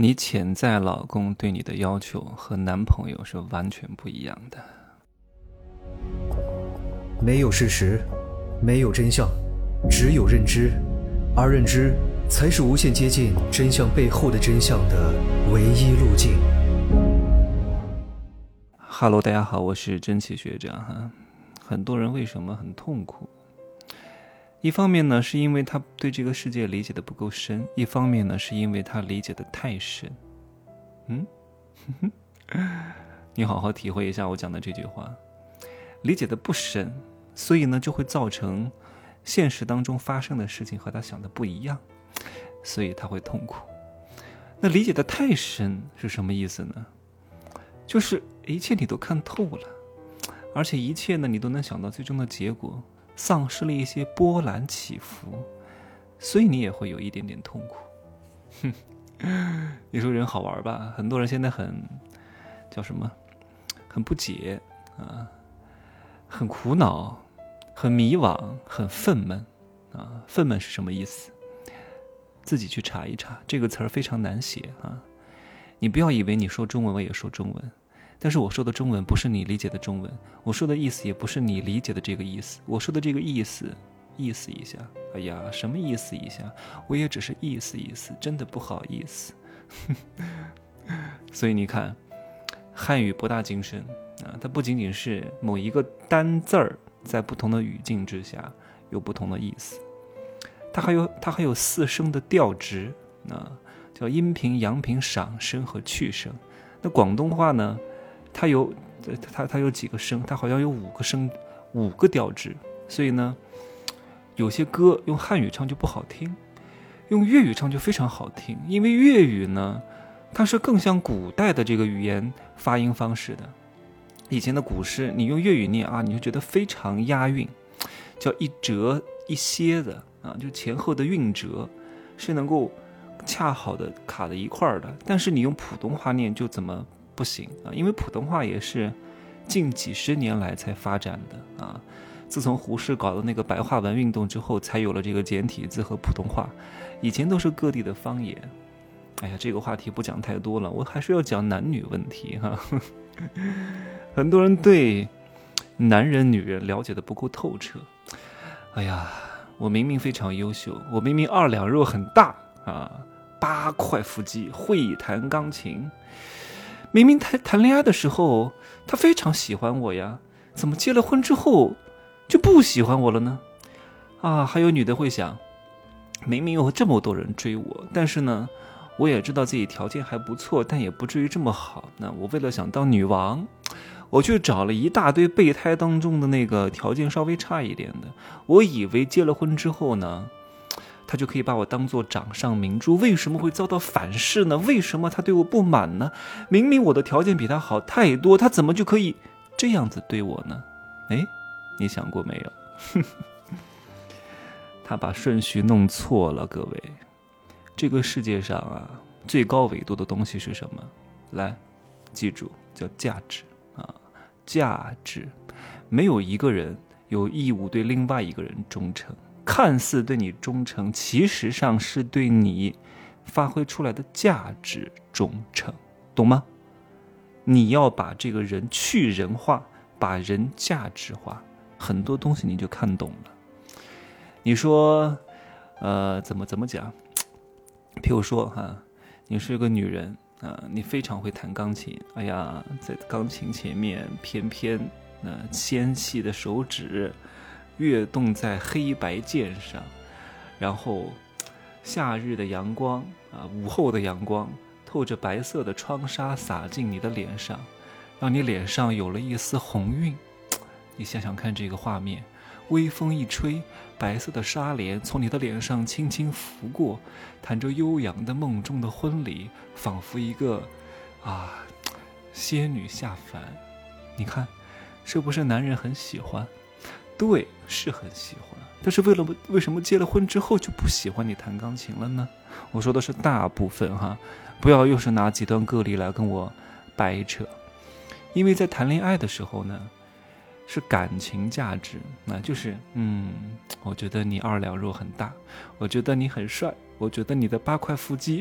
你潜在老公对你的要求和男朋友是完全不一样的。 没有事实，没有真相，只有认知，而认知才是无限接近真相背后的真相的唯一路径。 Hello， 大家好，我是真奇学长哈。很多人为什么很痛苦？一方面呢，是因为他对这个世界理解的不够深；一方面呢，是因为他理解的太深。你好好体会一下我讲的这句话，理解的不深，所以呢，就会造成现实当中发生的事情和他想的不一样，所以他会痛苦。那理解的太深是什么意思呢？就是一切你都看透了，而且一切呢，你都能想到最终的结果。丧失了一些波澜起伏，所以你也会有一点点痛苦。你说人好玩吧？很多人现在很叫什么？很不解啊，很苦恼，很迷惘，很愤懑啊。愤懑是什么意思？自己去查一查，这个词儿非常难写啊。你不要以为你说中文我也说中文。但是我说的中文不是你理解的中文，我说的意思也不是你理解的这个意思，我说的这个意思一下，哎呀，什么意思一下，我也只是意思，真的不好意思。所以你看，汉语博大精深啊，它不仅仅是某一个单字儿在不同的语境之下有不同的意思，它还有四声的调值啊，叫阴平、阳平、赏声和去声。那广东话呢？它有几个声，它好像有5个声，5个调值，所以呢，有些歌用汉语唱就不好听，用粤语唱就非常好听，因为粤语呢，它是更像古代的这个语言发音方式的。以前的古诗，你用粤语念啊，你就觉得非常押韵，叫一折一歇的啊，就前后的韵折是能够恰好的卡在一块儿的，但是你用普通话念就怎么不行啊？因为普通话也是近几十年来才发展的啊。自从胡适搞的那个白话文运动之后，才有了这个简体字和普通话，以前都是各地的方言。哎呀，这个话题不讲太多了，我还是要讲男女问题哈。很多人对男人女人了解的不够透彻。哎呀，我明明非常优秀，我明明2两肉很大啊，8块腹肌，会弹钢琴。明明谈恋爱的时候他非常喜欢我呀，怎么结了婚之后就不喜欢我了呢？啊，还有女的会想，明明有这么多人追我，但是呢，我也知道自己条件还不错，但也不至于这么好。那我为了想当女王，我去找了一大堆备胎当中的那个条件稍微差一点的，我以为结了婚之后呢，他就可以把我当作掌上明珠，为什么会遭到反噬呢？为什么他对我不满呢？明明我的条件比他好太多，他怎么就可以这样子对我呢？哎，你想过没有？他把顺序弄错了，各位。这个世界上啊，最高纬度的东西是什么？来，记住，叫价值啊，价值。没有一个人有义务对另外一个人忠诚。看似对你忠诚，其实上是对你发挥出来的价值忠诚，懂吗？你要把这个人去人化，把人价值化，很多东西你就看懂了。你说怎么讲？譬如说哈，你是个女人啊，你非常会弹钢琴，哎呀，在钢琴前面翩纤细的手指跃动在黑白键上，然后夏日的阳光啊，午后的阳光透着白色的窗纱洒进你的脸上，让你脸上有了一丝红晕。你想想看这个画面，微风一吹，白色的纱帘从你的脸上轻轻拂过，弹着悠扬的梦中的婚礼，仿佛一个仙女下凡。你看是不是男人很喜欢？对，是很喜欢，但是为什么结了婚之后就不喜欢你弹钢琴了呢？我说的是大部分哈，不要又是拿极端个例来跟我掰扯。因为在谈恋爱的时候呢，是感情价值，那就是我觉得你2两肉很大，我觉得你很帅，我觉得你的8块腹肌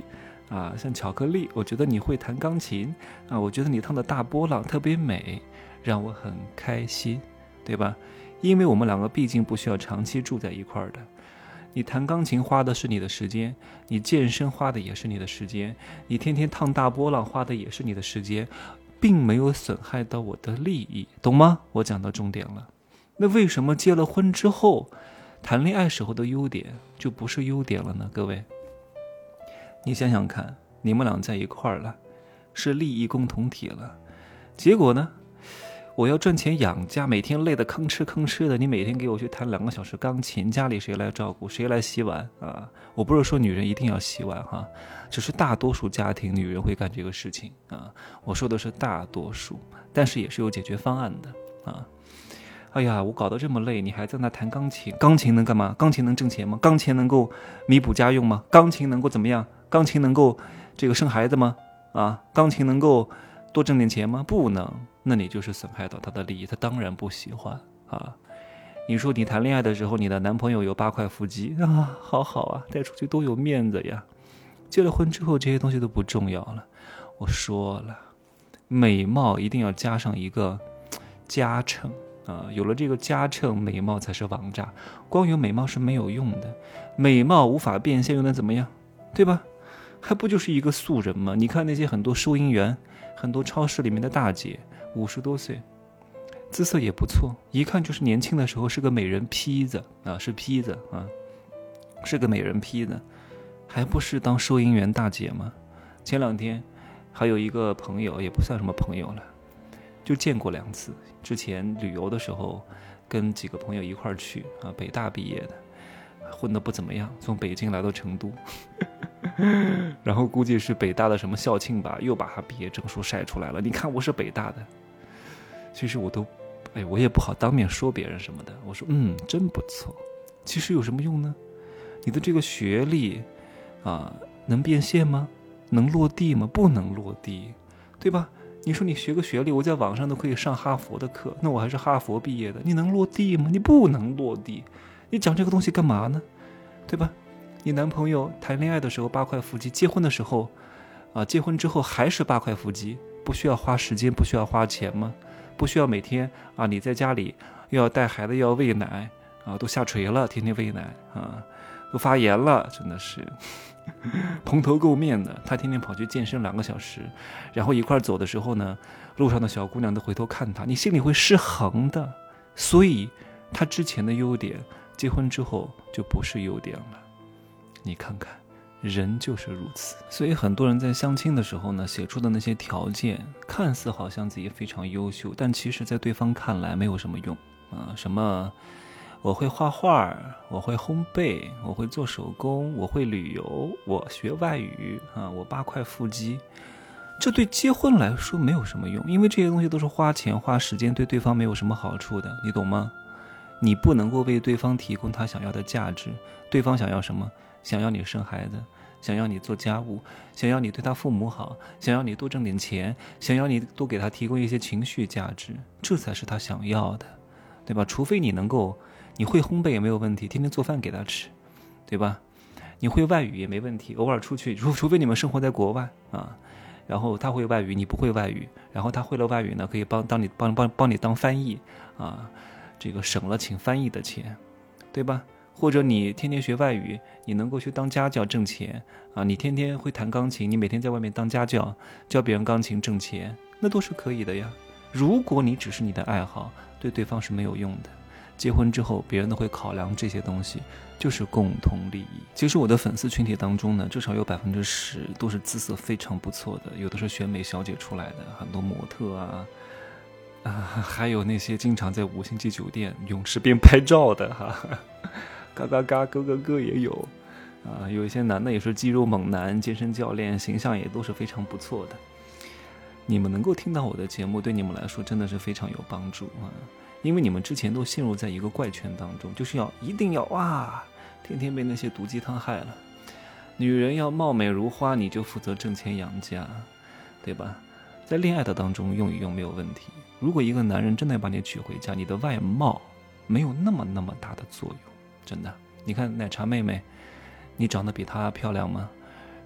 啊，像巧克力，我觉得你会弹钢琴啊，我觉得你烫的大波浪特别美，让我很开心，对吧？因为我们两个毕竟不需要长期住在一块儿的。你弹钢琴花的是你的时间，你健身花的也是你的时间，你天天烫大波浪花的也是你的时间，并没有损害到我的利益，懂吗？我讲到重点了。那为什么结了婚之后，谈恋爱时候的优点就不是优点了呢？各位，你想想看，你们俩在一块儿了，是利益共同体了，结果呢？我要赚钱养家，每天累得吭哧吭哧的，你每天给我去弹2个小时钢琴，家里谁来照顾，谁来洗碗啊？我不是说女人一定要洗碗哈，只是大多数家庭女人会干这个事情啊。我说的是大多数，但是也是有解决方案的啊。哎呀，我搞得这么累，你还在那弹钢琴？钢琴能干嘛？钢琴能挣钱吗？钢琴能够弥补家用吗？钢琴能够怎么样？钢琴能够这个生孩子吗？啊，钢琴能够多挣点钱吗？不能。那你就是损害到他的利益，他当然不喜欢啊。你说你谈恋爱的时候，你的男朋友有8块腹肌啊，好好啊，带出去都有面子呀。结了婚之后，这些东西都不重要了。我说了，美貌一定要加上一个加成啊，有了这个加成，美貌才是王炸。光有美貌是没有用的，美貌无法变现，又能怎么样？对吧？还不就是一个素人吗？你看那些很多收银员，很多超市里面的大姐，50多岁，姿色也不错，一看就是年轻的时候是个美人坯子啊，是坯子啊，是个美人坯子，还不是当收银员大姐吗？前2天还有一个朋友，也不算什么朋友了，就见过2次。之前旅游的时候，跟几个朋友一块儿去啊，北大毕业的，混得不怎么样，从北京来到成都。然后估计是北大的什么校庆吧，又把他毕业证书晒出来了。你看我是北大的，其实我也不好当面说别人什么的。我说真不错，其实有什么用呢？你的这个学历啊，能变现吗？能落地吗？不能落地，对吧？你说你学个学历，我在网上都可以上哈佛的课，那我还是哈佛毕业的，你能落地吗？你不能落地，你讲这个东西干嘛呢？对吧？你男朋友谈恋爱的时候8块腹肌，结婚的时候，结婚之后还是8块腹肌，不需要花时间，不需要花钱吗？不需要每天啊，你在家里又要带孩子，又要喂奶啊，都下垂了，天天喂奶啊，都发炎了，真的是蓬头垢面的。他天天跑去健身2个小时，然后一块走的时候呢，路上的小姑娘都回头看他，你心里会失衡的。所以他之前的优点，结婚之后就不是优点了。你看看，人就是如此。所以很多人在相亲的时候呢，写出的那些条件，看似好像自己非常优秀，但其实在对方看来没有什么用啊。什么我会画画，我会烘焙，我会做手工，我会旅游，我学外语啊，我8块腹肌，这对结婚来说没有什么用，因为这些东西都是花钱花时间，对对方没有什么好处的，你懂吗？你不能够为对方提供他想要的价值。对方想要什么？想要你生孩子，想要你做家务，想要你对他父母好，想要你多挣点钱，想要你多给他提供一些情绪价值，这才是他想要的，对吧？除非你会烘焙也没有问题，天天做饭给他吃，对吧？你会外语也没问题，偶尔出去，除非你们生活在国外啊，然后他会外语，你不会外语，然后他会了外语呢，可以帮你当翻译啊，这个省了请翻译的钱，对吧？或者你天天学外语，你能够去当家教挣钱啊！你天天会弹钢琴，你每天在外面当家教，教别人钢琴挣钱，那都是可以的呀。如果你只是你的爱好，对对方是没有用的。结婚之后，别人都会考量这些东西，就是共同利益。其实我的粉丝群体当中呢，至少有10%都是姿色非常不错的，有的是选美小姐出来的，很多模特还有那些经常在5星级酒店泳池边拍照的嘎嘎嘎咯咯咯也有有一些男的也是肌肉猛男，健身教练，形象也都是非常不错的。你们能够听到我的节目，对你们来说真的是非常有帮助因为你们之前都陷入在一个怪圈当中，就是一定要天天被那些毒鸡汤害了。女人要貌美如花，你就负责挣钱养家，对吧？在恋爱的当中用一用没有问题。如果一个男人真的要把你娶回家，你的外貌没有那么大的作用，真的。你看奶茶妹妹，你长得比她漂亮吗？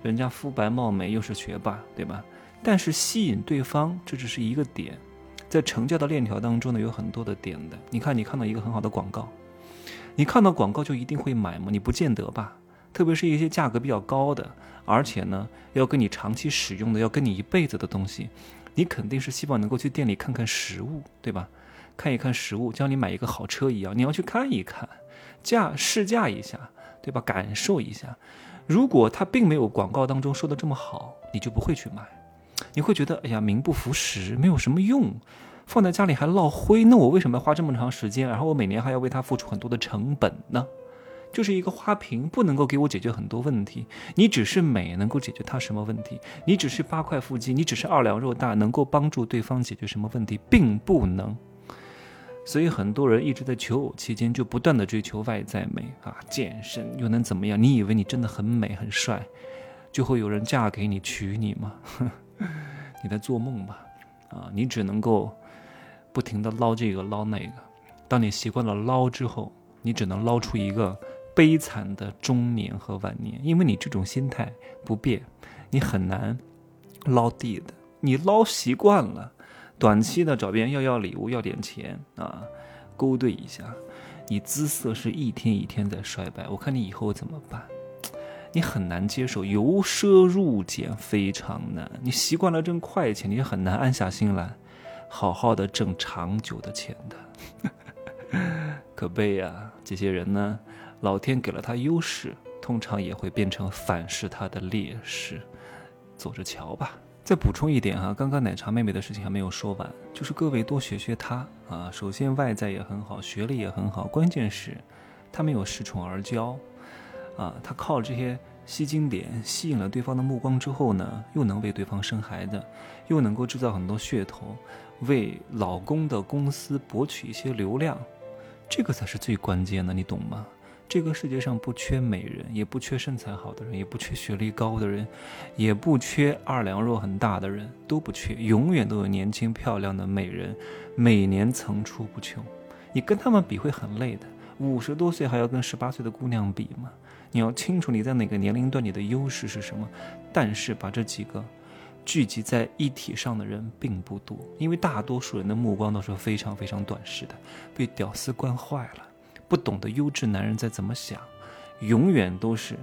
人家肤白貌美又是学霸，对吧？但是吸引对方这只是一个点，在成交的链条当中呢，有很多的点的。你看到一个很好的广告，你看到广告就一定会买吗？你不见得吧。特别是一些价格比较高的，而且呢要跟你长期使用的，要跟你一辈子的东西，你肯定是希望能够去店里看看实物，对吧？看一看实物，就像你买一个好车一样，你要去看一看，试驾一下，对吧？感受一下。如果它并没有广告当中说的这么好，你就不会去买，你会觉得哎呀名不符实，没有什么用，放在家里还落灰，那我为什么要花这么长时间，然后我每年还要为它付出很多的成本呢？就是一个花瓶，不能够给我解决很多问题。你只是美能够解决它什么问题？你只是8块腹肌，你只是2两肉大，能够帮助对方解决什么问题？并不能。所以很多人一直在求偶期间就不断的追求外在美啊，健身又能怎么样？你以为你真的很美很帅，就会有人嫁给你娶你吗？你在做梦吧？啊，你只能够不停的捞这个捞那个。当你习惯了捞之后，你只能捞出一个悲惨的中年和晚年，因为你这种心态不变，你很难捞地的。你捞习惯了，短期的找别人要礼物，要点钱啊，勾兑一下，你姿色是一天一天在衰败。我看你以后怎么办？你很难接受，由奢入俭非常难。你习惯了挣快钱，你很难安下心来，好好的挣长久的钱的。可悲啊！这些人呢，老天给了他优势，通常也会变成反噬他的劣势。走着瞧吧。再补充一点哈，刚刚奶茶妹妹的事情还没有说完，就是各位多学学她啊。首先外在也很好，学历也很好，关键是她没有恃宠而骄啊。她靠这些吸金点吸引了对方的目光之后呢，又能为对方生孩子，又能够制造很多噱头，为老公的公司博取一些流量，这个才是最关键的，你懂吗？这个世界上不缺美人，也不缺身材好的人，也不缺学历高的人，也不缺2两肉很大的人，都不缺，永远都有年轻漂亮的美人，每年层出不穷。你跟他们比会很累的，50多岁还要跟18岁的姑娘比吗？你要清楚你在哪个年龄段你的优势是什么。但是把这几个聚集在一体上的人并不多，因为大多数人的目光都是非常非常短视的，被屌丝惯坏了，不懂得优质男人在怎么想，永远都是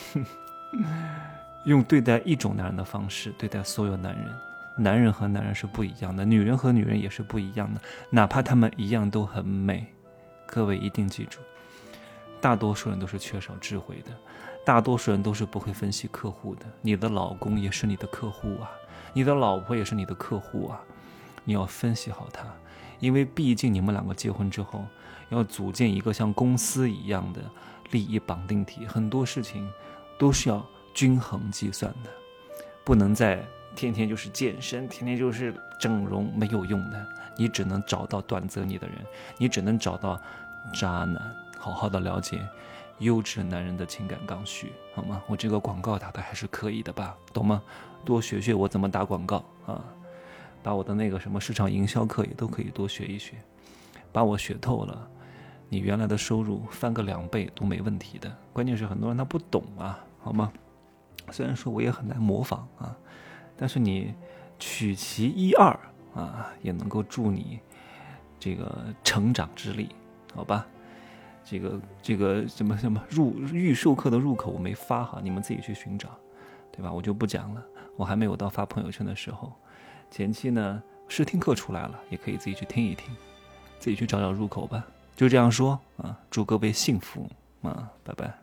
用对待一种男人的方式对待所有男人。男人和男人是不一样的，女人和女人也是不一样的，哪怕他们一样都很美。各位一定记住，大多数人都是缺少智慧的，大多数人都是不会分析客户的。你的老公也是你的客户啊，你的老婆也是你的客户啊，你要分析好他，因为毕竟你们2个结婚之后要组建一个像公司一样的利益绑定体，很多事情都是要均衡计算的，不能再天天就是健身，天天就是整容，没有用的。你只能找到短择你的人，你只能找到渣男，好好的了解优质男人的情感刚需，好吗？我这个广告打的还是可以的吧，懂吗？多学学我怎么打广告啊，把我的那个什么市场营销课也都可以多学一学，把我学透了，你原来的收入翻个2倍都没问题的。关键是很多人他不懂啊，好吗？虽然说我也很难模仿啊，但是你取其一二啊，也能够助你这个成长之力，好吧？这个什么预授课的入口我没发哈，你们自己去寻找，对吧？我就不讲了，我还没有到发朋友圈的时候。前期呢试听课出来了，也可以自己去听一听，自己去找找入口吧。就这样说啊，祝各位幸福啊，拜拜。